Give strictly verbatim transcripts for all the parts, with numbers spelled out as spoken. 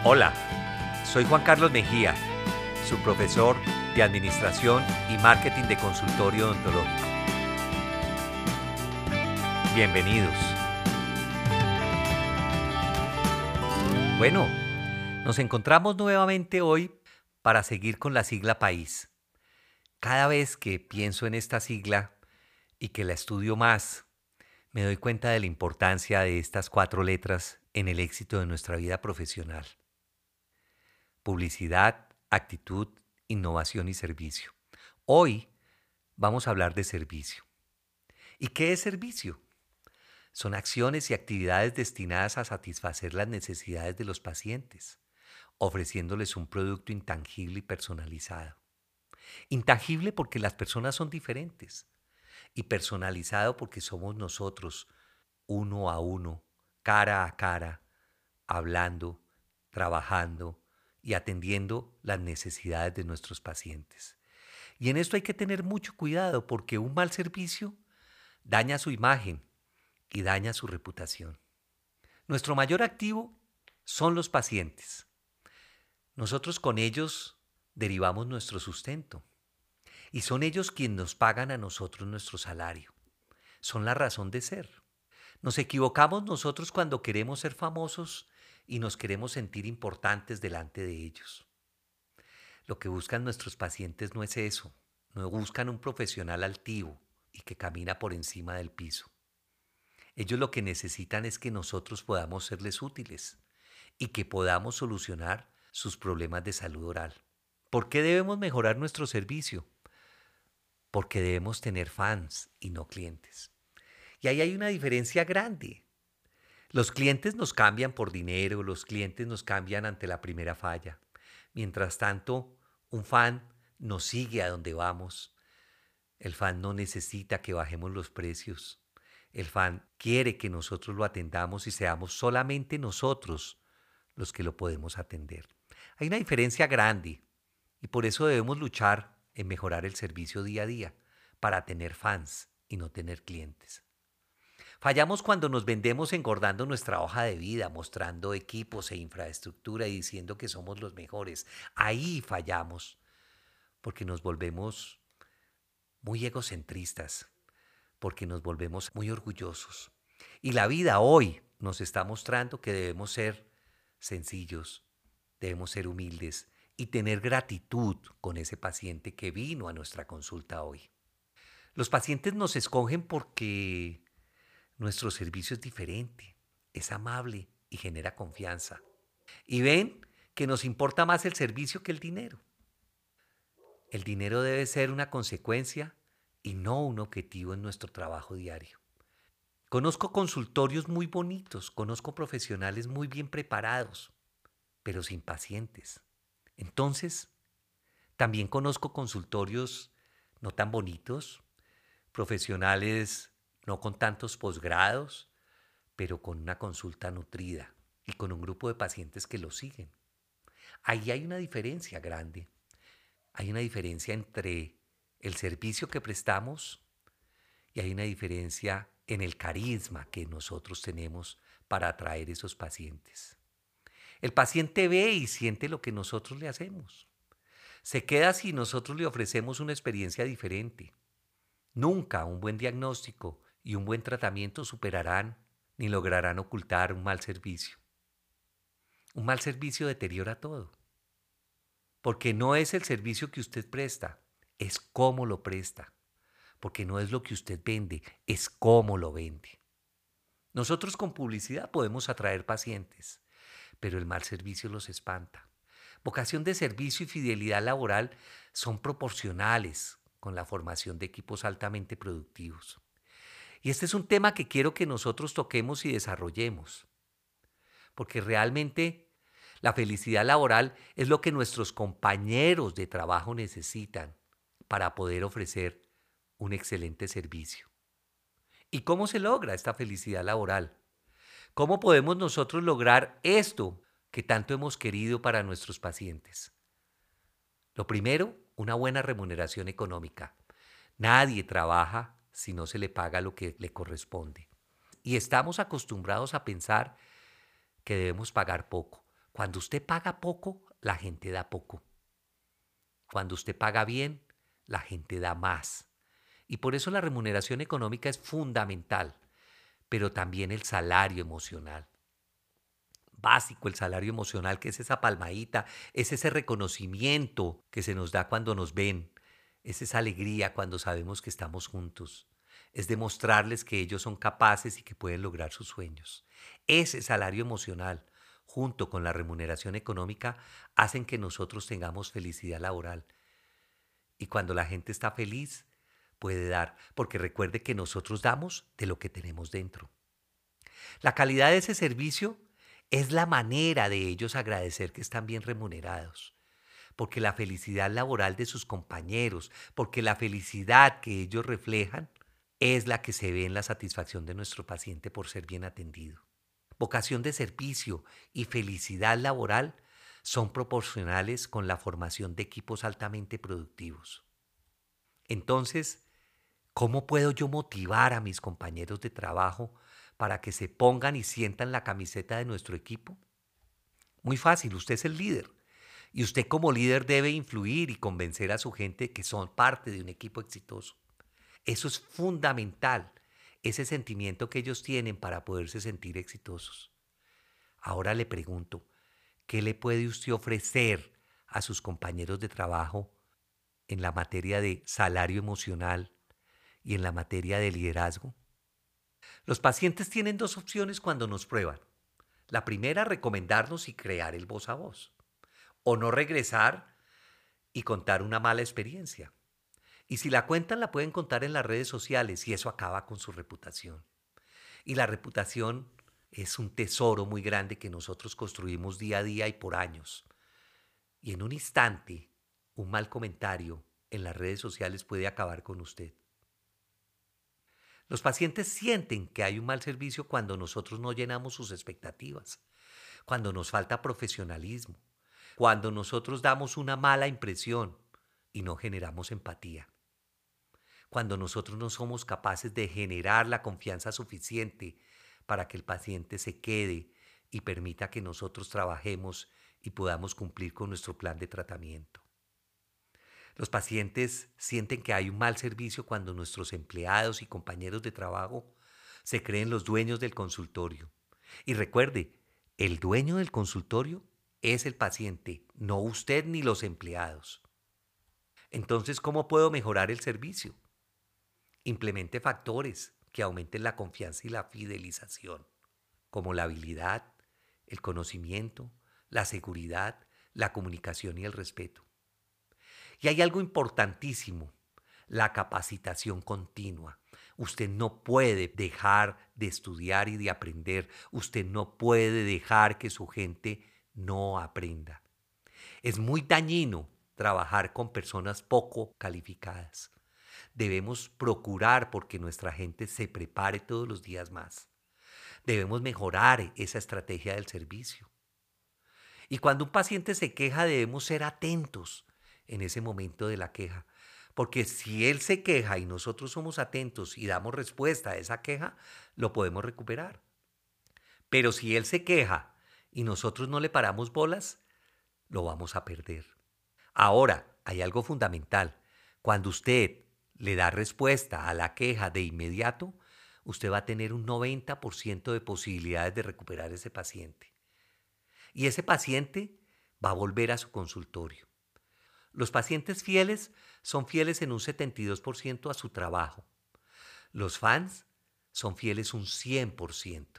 Hola, soy Juan Carlos Mejía, su profesor de Administración y Marketing de Consultorio Odontológico. Bienvenidos. Bueno, nos encontramos nuevamente hoy para seguir con la sigla país. Cada vez que pienso en esta sigla y que la estudio más, me doy cuenta de la importancia de estas cuatro letras en el éxito de nuestra vida profesional. Publicidad, actitud, innovación y servicio. Hoy vamos a hablar de servicio. ¿Y qué es servicio? Son acciones y actividades destinadas a satisfacer las necesidades de los pacientes, ofreciéndoles un producto intangible y personalizado. Intangible porque las personas son diferentes y personalizado porque somos nosotros, uno a uno, cara a cara, hablando, trabajando y atendiendo las necesidades de nuestros pacientes. Y en esto hay que tener mucho cuidado porque un mal servicio daña su imagen y daña su reputación. Nuestro mayor activo son los pacientes. Nosotros con ellos derivamos nuestro sustento y son ellos quienes nos pagan a nosotros nuestro salario. Son la razón de ser. Nos equivocamos nosotros cuando queremos ser famosos y nos queremos sentir importantes delante de ellos. Lo que buscan nuestros pacientes no es eso. No buscan un profesional altivo y que camina por encima del piso. Ellos lo que necesitan es que nosotros podamos serles útiles y que podamos solucionar sus problemas de salud oral. ¿Por qué debemos mejorar nuestro servicio? Porque debemos tener fans y no clientes. Y ahí hay una diferencia grande. Los clientes nos cambian por dinero, los clientes nos cambian ante la primera falla. Mientras tanto, un fan nos sigue a donde vamos. El fan no necesita que bajemos los precios. El fan quiere que nosotros lo atendamos y seamos solamente nosotros los que lo podemos atender. Hay una diferencia grande y por eso debemos luchar en mejorar el servicio día a día para tener fans y no tener clientes. Fallamos cuando nos vendemos engordando nuestra hoja de vida, mostrando equipos e infraestructura y diciendo que somos los mejores. Ahí fallamos porque nos volvemos muy egocentristas, porque nos volvemos muy orgullosos. Y la vida hoy nos está mostrando que debemos ser sencillos, debemos ser humildes y tener gratitud con ese paciente que vino a nuestra consulta hoy. Los pacientes nos escogen porque nuestro servicio es diferente, es amable y genera confianza. Y ven que nos importa más el servicio que el dinero. El dinero debe ser una consecuencia y no un objetivo en nuestro trabajo diario. Conozco consultorios muy bonitos, conozco profesionales muy bien preparados, pero sin pacientes. Entonces, también conozco consultorios no tan bonitos, profesionales no con tantos posgrados, pero con una consulta nutrida y con un grupo de pacientes que lo siguen. Ahí hay una diferencia grande. Hay una diferencia entre el servicio que prestamos y hay una diferencia en el carisma que nosotros tenemos para atraer esos pacientes. El paciente ve y siente lo que nosotros le hacemos. Se queda si nosotros le ofrecemos una experiencia diferente. Nunca un buen diagnóstico y un buen tratamiento superarán ni lograrán ocultar un mal servicio. Un mal servicio deteriora todo. Porque no es el servicio que usted presta, es cómo lo presta. Porque no es lo que usted vende, es cómo lo vende. Nosotros con publicidad podemos atraer pacientes, pero el mal servicio los espanta. Vocación de servicio y fidelidad laboral son proporcionales con la formación de equipos altamente productivos. Y este es un tema que quiero que nosotros toquemos y desarrollemos, porque realmente la felicidad laboral es lo que nuestros compañeros de trabajo necesitan para poder ofrecer un excelente servicio. ¿Y cómo se logra esta felicidad laboral? ¿Cómo podemos nosotros lograr esto que tanto hemos querido para nuestros pacientes? Lo primero, una buena remuneración económica. Nadie trabaja si no se le paga lo que le corresponde. Y estamos acostumbrados a pensar que debemos pagar poco. Cuando usted paga poco, la gente da poco. Cuando usted paga bien, la gente da más. Y por eso la remuneración económica es fundamental, pero también el salario emocional. Básico el salario emocional, que es esa palmadita, es ese reconocimiento que se nos da cuando nos ven, es esa alegría cuando sabemos que estamos juntos, es demostrarles que ellos son capaces y que pueden lograr sus sueños. Ese salario emocional, junto con la remuneración económica, hacen que nosotros tengamos felicidad laboral. Y cuando la gente está feliz, puede dar, porque recuerde que nosotros damos de lo que tenemos dentro. La calidad de ese servicio es la manera de ellos agradecer que están bien remunerados, porque la felicidad laboral de sus compañeros, porque la felicidad que ellos reflejan es la que se ve en la satisfacción de nuestro paciente por ser bien atendido. Vocación de servicio y felicidad laboral son proporcionales con la formación de equipos altamente productivos. Entonces, ¿cómo puedo yo motivar a mis compañeros de trabajo para que se pongan y sientan la camiseta de nuestro equipo? Muy fácil, usted es el líder. Y usted como líder debe influir y convencer a su gente que son parte de un equipo exitoso. Eso es fundamental, ese sentimiento que ellos tienen para poderse sentir exitosos. Ahora le pregunto, ¿qué le puede usted ofrecer a sus compañeros de trabajo en la materia de salario emocional y en la materia de liderazgo? Los pacientes tienen dos opciones cuando nos prueban. La primera, recomendarnos y crear el voz a voz. O no regresar y contar una mala experiencia. Y si la cuentan, la pueden contar en las redes sociales y eso acaba con su reputación. Y la reputación es un tesoro muy grande que nosotros construimos día a día y por años. Y en un instante, un mal comentario en las redes sociales puede acabar con usted. Los pacientes sienten que hay un mal servicio cuando nosotros no llenamos sus expectativas, cuando nos falta profesionalismo, cuando nosotros damos una mala impresión y no generamos empatía, cuando nosotros no somos capaces de generar la confianza suficiente para que el paciente se quede y permita que nosotros trabajemos y podamos cumplir con nuestro plan de tratamiento. Los pacientes sienten que hay un mal servicio cuando nuestros empleados y compañeros de trabajo se creen los dueños del consultorio. Y recuerde, el dueño del consultorio es el paciente, no usted ni los empleados. Entonces, ¿cómo puedo mejorar el servicio? Implemente factores que aumenten la confianza y la fidelización, como la habilidad, el conocimiento, la seguridad, la comunicación y el respeto. Y hay algo importantísimo, la capacitación continua. Usted no puede dejar de estudiar y de aprender. Usted no puede dejar que su gente no aprenda. Es muy dañino trabajar con personas poco calificadas. Debemos procurar porque nuestra gente se prepare todos los días más. Debemos mejorar esa estrategia del servicio. Y cuando un paciente se queja, debemos ser atentos en ese momento de la queja. Porque si él se queja y nosotros somos atentos y damos respuesta a esa queja, lo podemos recuperar. Pero si él se queja y nosotros no le paramos bolas, lo vamos a perder. Ahora, hay algo fundamental. Cuando usted le da respuesta a la queja de inmediato, usted va a tener un noventa por ciento de posibilidades de recuperar ese paciente. Y ese paciente va a volver a su consultorio. Los pacientes fieles son fieles en un setenta y dos por ciento a su trabajo. Los fans son fieles un cien por ciento.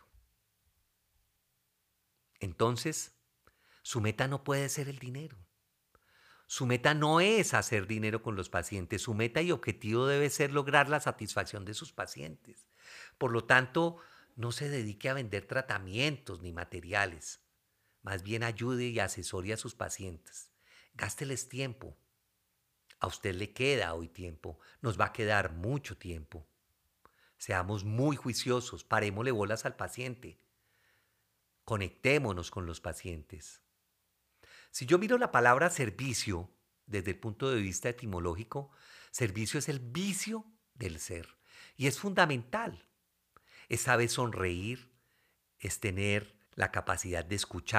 Entonces, su meta no puede ser el dinero. Su meta no es hacer dinero con los pacientes. Su meta y objetivo debe ser lograr la satisfacción de sus pacientes. Por lo tanto, no se dedique a vender tratamientos ni materiales. Más bien ayude y asesore a sus pacientes. Gásteles tiempo. A usted le queda hoy tiempo. Nos va a quedar mucho tiempo. Seamos muy juiciosos. Parémosle bolas al paciente. Conectémonos con los pacientes. Si yo miro la palabra servicio desde el punto de vista etimológico, servicio es el vicio del ser y es fundamental. Es saber sonreír, es tener la capacidad de escuchar,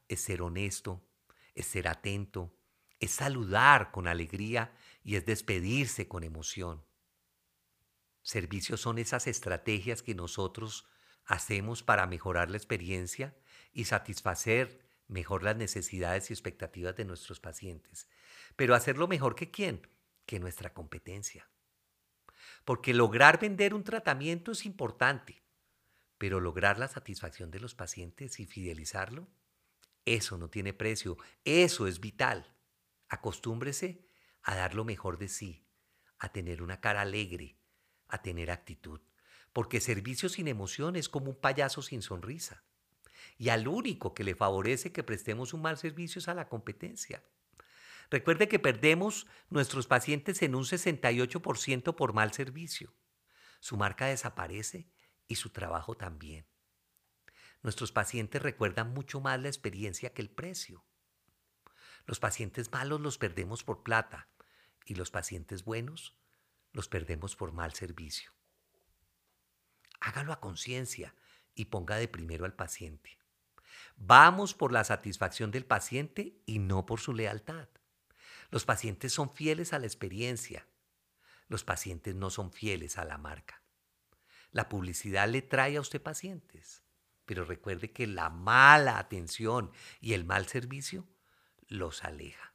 es ser honesto, es ser atento, es saludar con alegría y es despedirse con emoción. Servicios son esas estrategias que nosotros hacemos para mejorar la experiencia y satisfacer mejor las necesidades y expectativas de nuestros pacientes. Pero hacerlo mejor que quién, que nuestra competencia. Porque lograr vender un tratamiento es importante, pero lograr la satisfacción de los pacientes y fidelizarlo, eso no tiene precio, eso es vital. Acostúmbrese a dar lo mejor de sí, a tener una cara alegre, a tener actitud, porque servicio sin emoción es como un payaso sin sonrisa. Y al único que le favorece que prestemos un mal servicio es a la competencia. Recuerde que perdemos nuestros pacientes en un sesenta y ocho por ciento por mal servicio. Su marca desaparece y su trabajo también. Nuestros pacientes recuerdan mucho más la experiencia que el precio. Los pacientes malos los perdemos por plata y los pacientes buenos los perdemos por mal servicio. Hágalo a conciencia y ponga de primero al paciente. Vamos por la satisfacción del paciente y no por su lealtad. Los pacientes son fieles a la experiencia. Los pacientes no son fieles a la marca. La publicidad le trae a usted pacientes, pero recuerde que la mala atención y el mal servicio los aleja.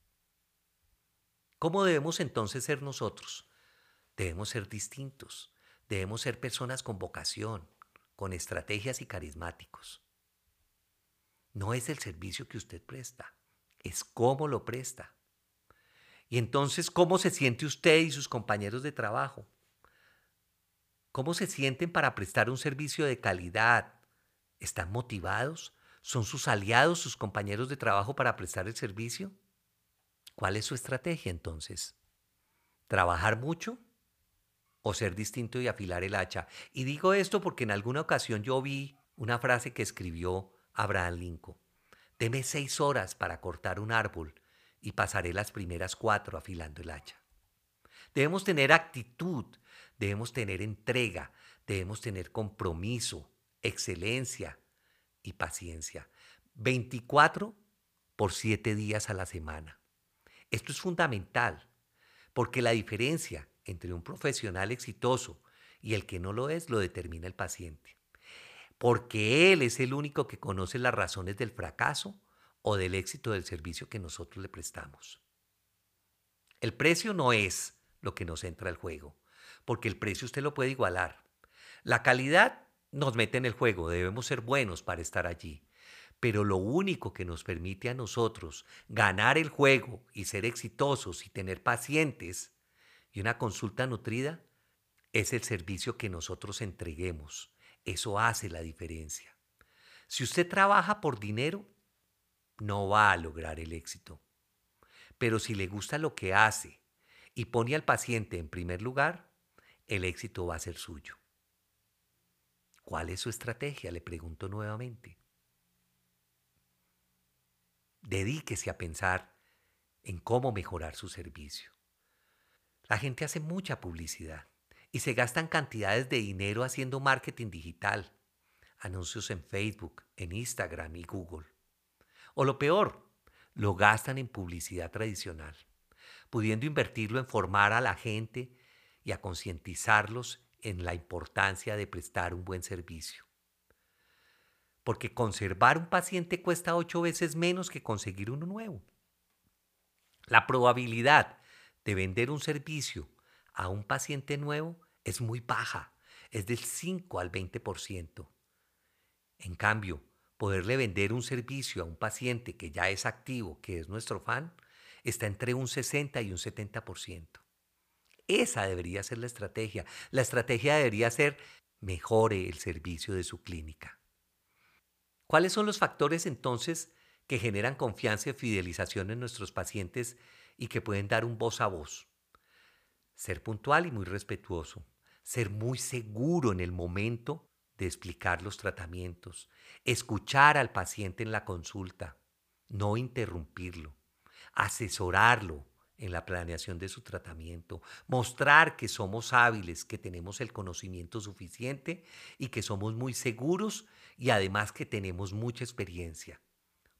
¿Cómo debemos entonces ser nosotros? Debemos ser distintos. Debemos ser personas con vocación, con estrategias y carismáticos. No es el servicio que usted presta, es cómo lo presta. Y entonces, ¿cómo se siente usted y sus compañeros de trabajo? ¿Cómo se sienten para prestar un servicio de calidad? ¿Están motivados? ¿Son sus aliados, sus compañeros de trabajo para prestar el servicio? ¿Cuál es su estrategia entonces? ¿Trabajar mucho o ser distinto y afilar el hacha? Y digo esto porque en alguna ocasión yo vi una frase que escribió Abraham Lincoln. Deme seis horas para cortar un árbol y pasaré las primeras cuatro afilando el hacha. Debemos tener actitud, debemos tener entrega, debemos tener compromiso, excelencia y paciencia. veinticuatro por siete días a la semana. Esto es fundamental, porque la diferencia entre un profesional exitoso y el que no lo es lo determina el paciente. Porque él es el único que conoce las razones del fracaso o del éxito del servicio que nosotros le prestamos. El precio no es lo que nos entra al juego, porque el precio usted lo puede igualar. La calidad nos mete en el juego, debemos ser buenos para estar allí. Pero lo único que nos permite a nosotros ganar el juego y ser exitosos y tener pacientes y una consulta nutrida es el servicio que nosotros entreguemos. Eso hace la diferencia. Si usted trabaja por dinero, no va a lograr el éxito. Pero si le gusta lo que hace y pone al paciente en primer lugar, el éxito va a ser suyo. ¿Cuál es su estrategia? Le pregunto nuevamente. Dedíquese a pensar en cómo mejorar su servicio. La gente hace mucha publicidad y se gastan cantidades de dinero haciendo marketing digital, anuncios en Facebook, en Instagram y Google. O lo peor, lo gastan en publicidad tradicional, pudiendo invertirlo en formar a la gente y a concientizarlos en la importancia de prestar un buen servicio. Porque conservar un paciente cuesta ocho veces menos que conseguir uno nuevo. La probabilidad de vender un servicio a un paciente nuevo es muy baja, es del cinco al veinte por ciento. En cambio, poderle vender un servicio a un paciente que ya es activo, que es nuestro fan, está entre un sesenta y un setenta por ciento. Esa debería ser la estrategia. La estrategia debería ser mejore el servicio de su clínica. ¿Cuáles son los factores entonces que generan confianza y fidelización en nuestros pacientes y que pueden dar un voz a voz? Ser puntual y muy respetuoso, ser muy seguro en el momento de explicar los tratamientos, escuchar al paciente en la consulta, no interrumpirlo, asesorarlo en la planeación de su tratamiento, mostrar que somos hábiles, que tenemos el conocimiento suficiente y que somos muy seguros y además que tenemos mucha experiencia.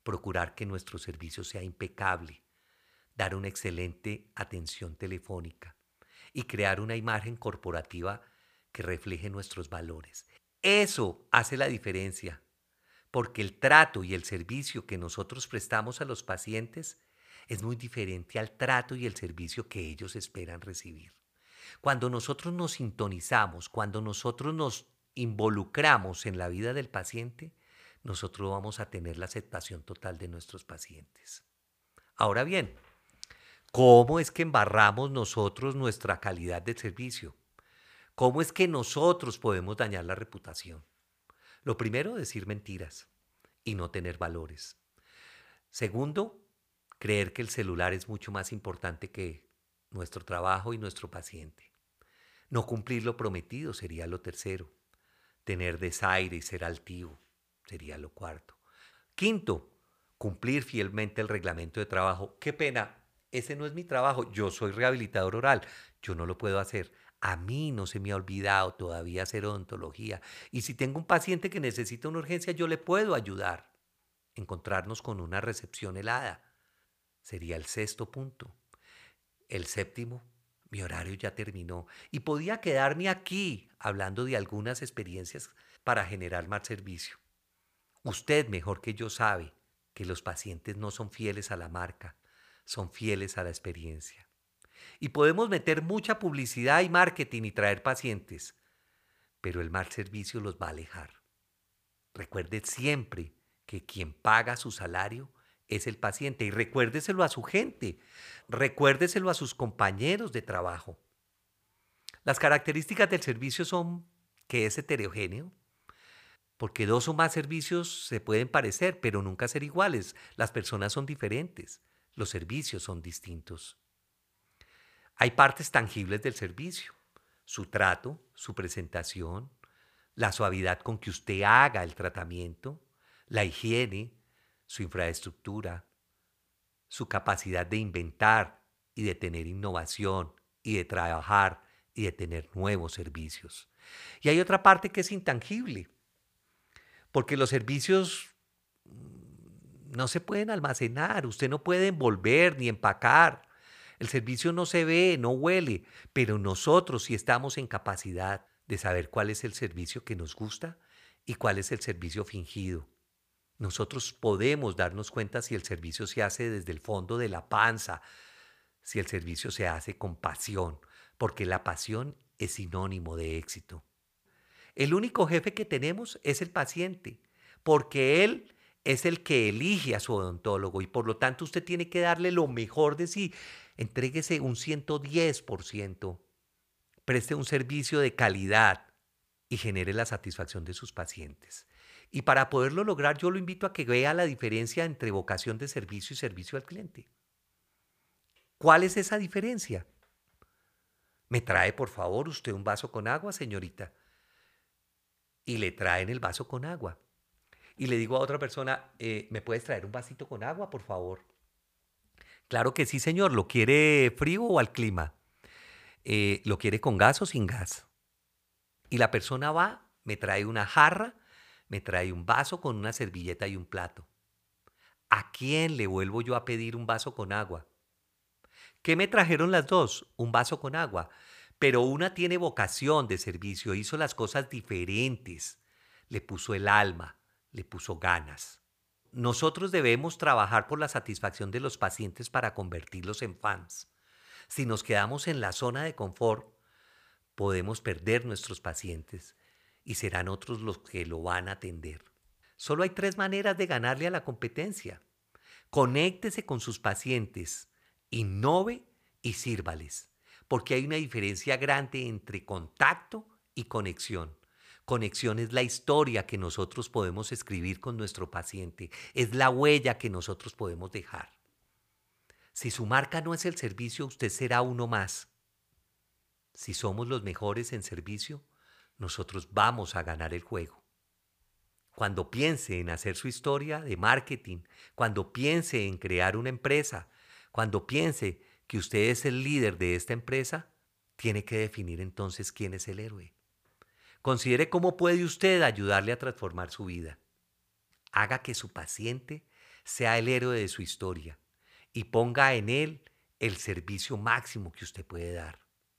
procurar que nuestro servicio sea impecable, dar una excelente atención telefónica y crear una imagen corporativa que refleje nuestros valores. Eso hace la diferencia, porque el trato y el servicio que nosotros prestamos a los pacientes es muy diferente al trato y el servicio que ellos esperan recibir. Cuando nosotros nos sintonizamos, cuando nosotros nos involucramos en la vida del paciente, nosotros vamos a tener la aceptación total de nuestros pacientes. Ahora bien, ¿cómo es que embarramos nosotros nuestra calidad de servicio? ¿Cómo es que nosotros podemos dañar la reputación? Lo primero, decir mentiras y no tener valores. Segundo, creer que el celular es mucho más importante que nuestro trabajo y nuestro paciente. No cumplir lo prometido sería lo tercero. Tener desaire y ser altivo sería lo cuarto. Quinto, cumplir fielmente el reglamento de trabajo. Qué pena, ese no es mi trabajo. Yo soy rehabilitador oral. Yo no lo puedo hacer. A mí no se me ha olvidado todavía hacer odontología. Y si tengo un paciente que necesita una urgencia, yo le puedo ayudar. Encontrarnos con una recepción helada sería el sexto punto. El séptimo, mi horario ya terminó y podía quedarme aquí hablando de algunas experiencias para generar más servicio. Usted mejor que yo sabe que los pacientes no son fieles a la marca, son fieles a la experiencia. Y podemos meter mucha publicidad y marketing y traer pacientes, pero el mal servicio los va a alejar. Recuerde siempre que quien paga su salario es el paciente y recuérdeselo a su gente, recuérdeselo a sus compañeros de trabajo. Las características del servicio son que es heterogéneo, porque dos o más servicios se pueden parecer, pero nunca ser iguales. Las personas son diferentes, los servicios son distintos. Hay partes tangibles del servicio, su trato, su presentación, la suavidad con que usted haga el tratamiento, la higiene, su infraestructura, su capacidad de inventar y de tener innovación y de trabajar y de tener nuevos servicios. Y hay otra parte que es intangible, porque los servicios no se pueden almacenar, usted no puede envolver ni empacar. El servicio no se ve, no huele, pero nosotros sí estamos en capacidad de saber cuál es el servicio que nos gusta y cuál es el servicio fingido. Nosotros podemos darnos cuenta si el servicio se hace desde el fondo de la panza, si el servicio se hace con pasión, porque la pasión es sinónimo de éxito. El único jefe que tenemos es el paciente, porque él es el que elige a su odontólogo y por lo tanto usted tiene que darle lo mejor de sí. Entréguese un ciento diez por ciento, preste un servicio de calidad y genere la satisfacción de sus pacientes. Y para poderlo lograr, yo lo invito a que vea la diferencia entre vocación de servicio y servicio al cliente. ¿Cuál es esa diferencia? ¿Me trae, por favor, usted un vaso con agua, señorita? Y le traen el vaso con agua. Y le digo a otra persona, eh, ¿me puedes traer un vasito con agua, por favor? Claro que sí, señor. ¿Lo quiere frío o al clima? Eh, ¿Lo quiere con gas o sin gas? Y la persona va, me trae una jarra, me trae un vaso con una servilleta y un plato. ¿A quién le vuelvo yo a pedir un vaso con agua? ¿Qué me trajeron las dos? Un vaso con agua. Pero una tiene vocación de servicio, hizo las cosas diferentes, le puso el alma, le puso ganas. Nosotros debemos trabajar por la satisfacción de los pacientes para convertirlos en fans. Si nos quedamos en la zona de confort, podemos perder nuestros pacientes y serán otros los que lo van a atender. Solo hay tres maneras de ganarle a la competencia. Conéctese con sus pacientes, innove y sírvales, porque hay una diferencia grande entre contacto y conexión. Conexión es la historia que nosotros podemos escribir con nuestro paciente, es la huella que nosotros podemos dejar. Si su marca no es el servicio, usted será uno más. Si somos los mejores en servicio, nosotros vamos a ganar el juego. Cuando piense en hacer su historia de marketing, cuando piense en crear una empresa, cuando piense que usted es el líder de esta empresa, tiene que definir entonces quién es el héroe. Considere cómo puede usted ayudarle a transformar su vida. Haga que su paciente Sea el héroe de su historia y ponga en él el servicio máximo que usted puede dar.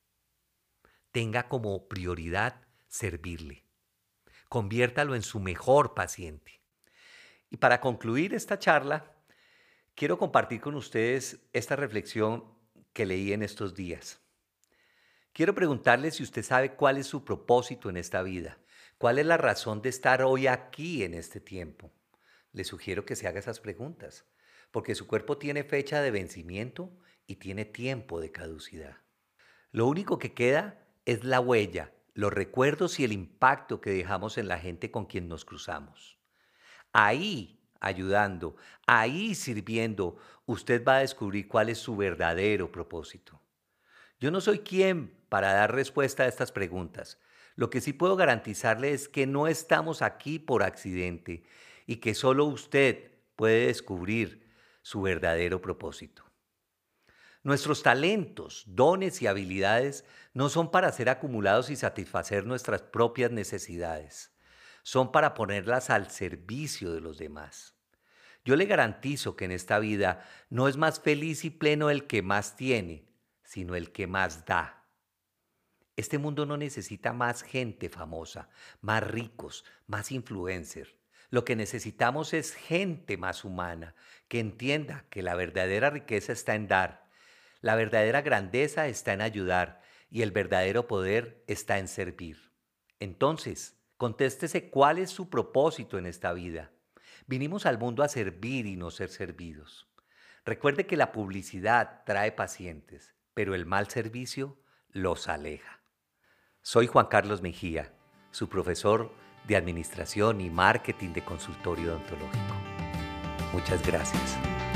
Tenga como prioridad servirle. Conviértalo en su mejor paciente. Y para concluir esta charla, quiero compartir con ustedes esta reflexión que leí en estos días. Quiero preguntarle si usted sabe cuál es su propósito en esta vida, cuál es la razón de estar hoy aquí en este tiempo. Le sugiero que se haga esas preguntas, porque su cuerpo tiene fecha de vencimiento y tiene tiempo de caducidad. Lo único que queda es la huella, los recuerdos y el impacto que dejamos en la gente con quien nos cruzamos. Ahí, ayudando, ahí sirviendo, usted va a descubrir cuál es su verdadero propósito. Yo no soy quien para dar respuesta a estas preguntas. Lo que sí puedo garantizarle es que no estamos aquí por accidente y que solo usted puede descubrir su verdadero propósito. Nuestros talentos, dones y habilidades no son para ser acumulados y satisfacer nuestras propias necesidades. Son para ponerlas al servicio de los demás. Yo le garantizo que en esta vida no es más feliz y pleno el que más tiene, sino el que más da. Este mundo no necesita más gente famosa, más ricos, más influencers. Lo que necesitamos es gente más humana, que entienda que la verdadera riqueza está en dar. La verdadera grandeza está en ayudar y el verdadero poder está en servir. Entonces, contéstese cuál es su propósito en esta vida. Vinimos al mundo a servir y no ser servidos. Recuerde que la publicidad trae pacientes, pero el mal servicio los aleja. Soy Juan Carlos Mejía, su profesor de Administración y Marketing de Consultorio Odontológico. Muchas gracias.